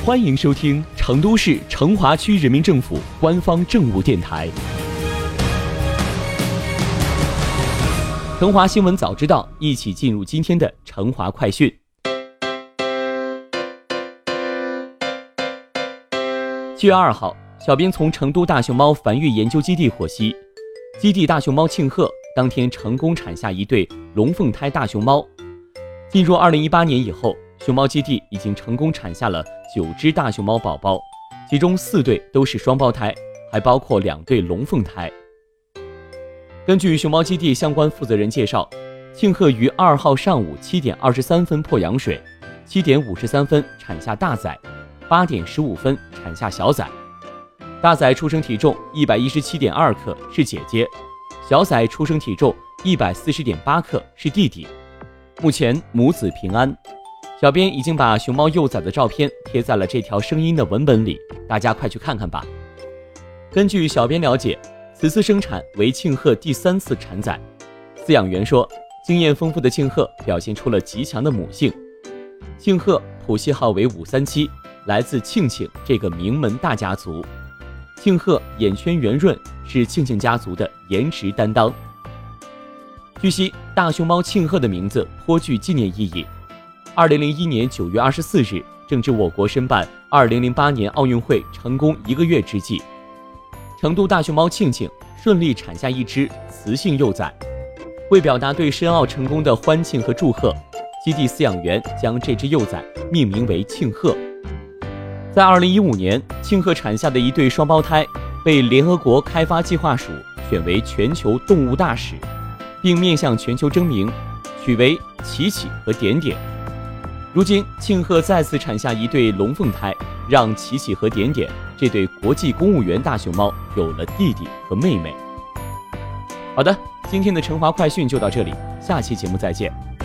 欢迎收听成都市成华区人民政府官方政务电台。成华新闻早知道，一起进入今天的成华快讯。7月2号，小编从成都大熊猫繁育研究基地获悉，基地大熊猫庆贺当天成功产下一对龙凤胎大熊猫。进入2018年以后，熊猫基地已经成功产下了9只大熊猫宝宝，其中4对都是双胞胎，还包括2对龙凤胎。根据熊猫基地相关负责人介绍，庆贺于2号上午7点23分破羊水，7点53分产下大崽，8点15分产下小崽。大崽出生体重117.2克是姐姐，小崽出生体重140.8克是弟弟。目前母子平安。小编已经把熊猫幼崽的照片贴在了这条声音的文本里，大家快去看看吧。根据小编了解，此次生产为庆贺第3次产崽。饲养员说，经验丰富的庆贺表现出了极强的母性。庆贺谱系号为537，来自庆庆这个名门大家族。庆贺眼圈圆润，是庆庆家族的颜值担当。据悉，大熊猫庆贺的名字颇具纪念意义。2001年9月24日，正值我国申办2008年奥运会成功1个月之际，成都大熊猫庆庆顺利产下一只雌性幼崽。为表达对申奥成功的欢庆和祝贺，基地饲养员将这只幼崽命名为庆贺。在2015年，庆贺产下的一对双胞胎被联合国开发计划署选为全球动物大使，并面向全球征名，取为琪琪和点点。如今庆贺再次产下一对龙凤胎，让琪琪和点点这对国际公务员大熊猫有了弟弟和妹妹。好的，今天的成华快讯就到这里，下期节目再见。